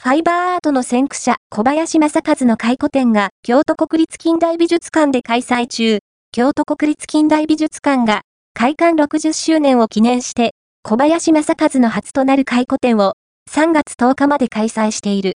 ファイバーアートの先駆者、小林正和の回顧展が京都国立近代美術館で開催中。京都国立近代美術館が開館60周年を記念して、小林正和の初となる回顧展を3月10日まで開催している。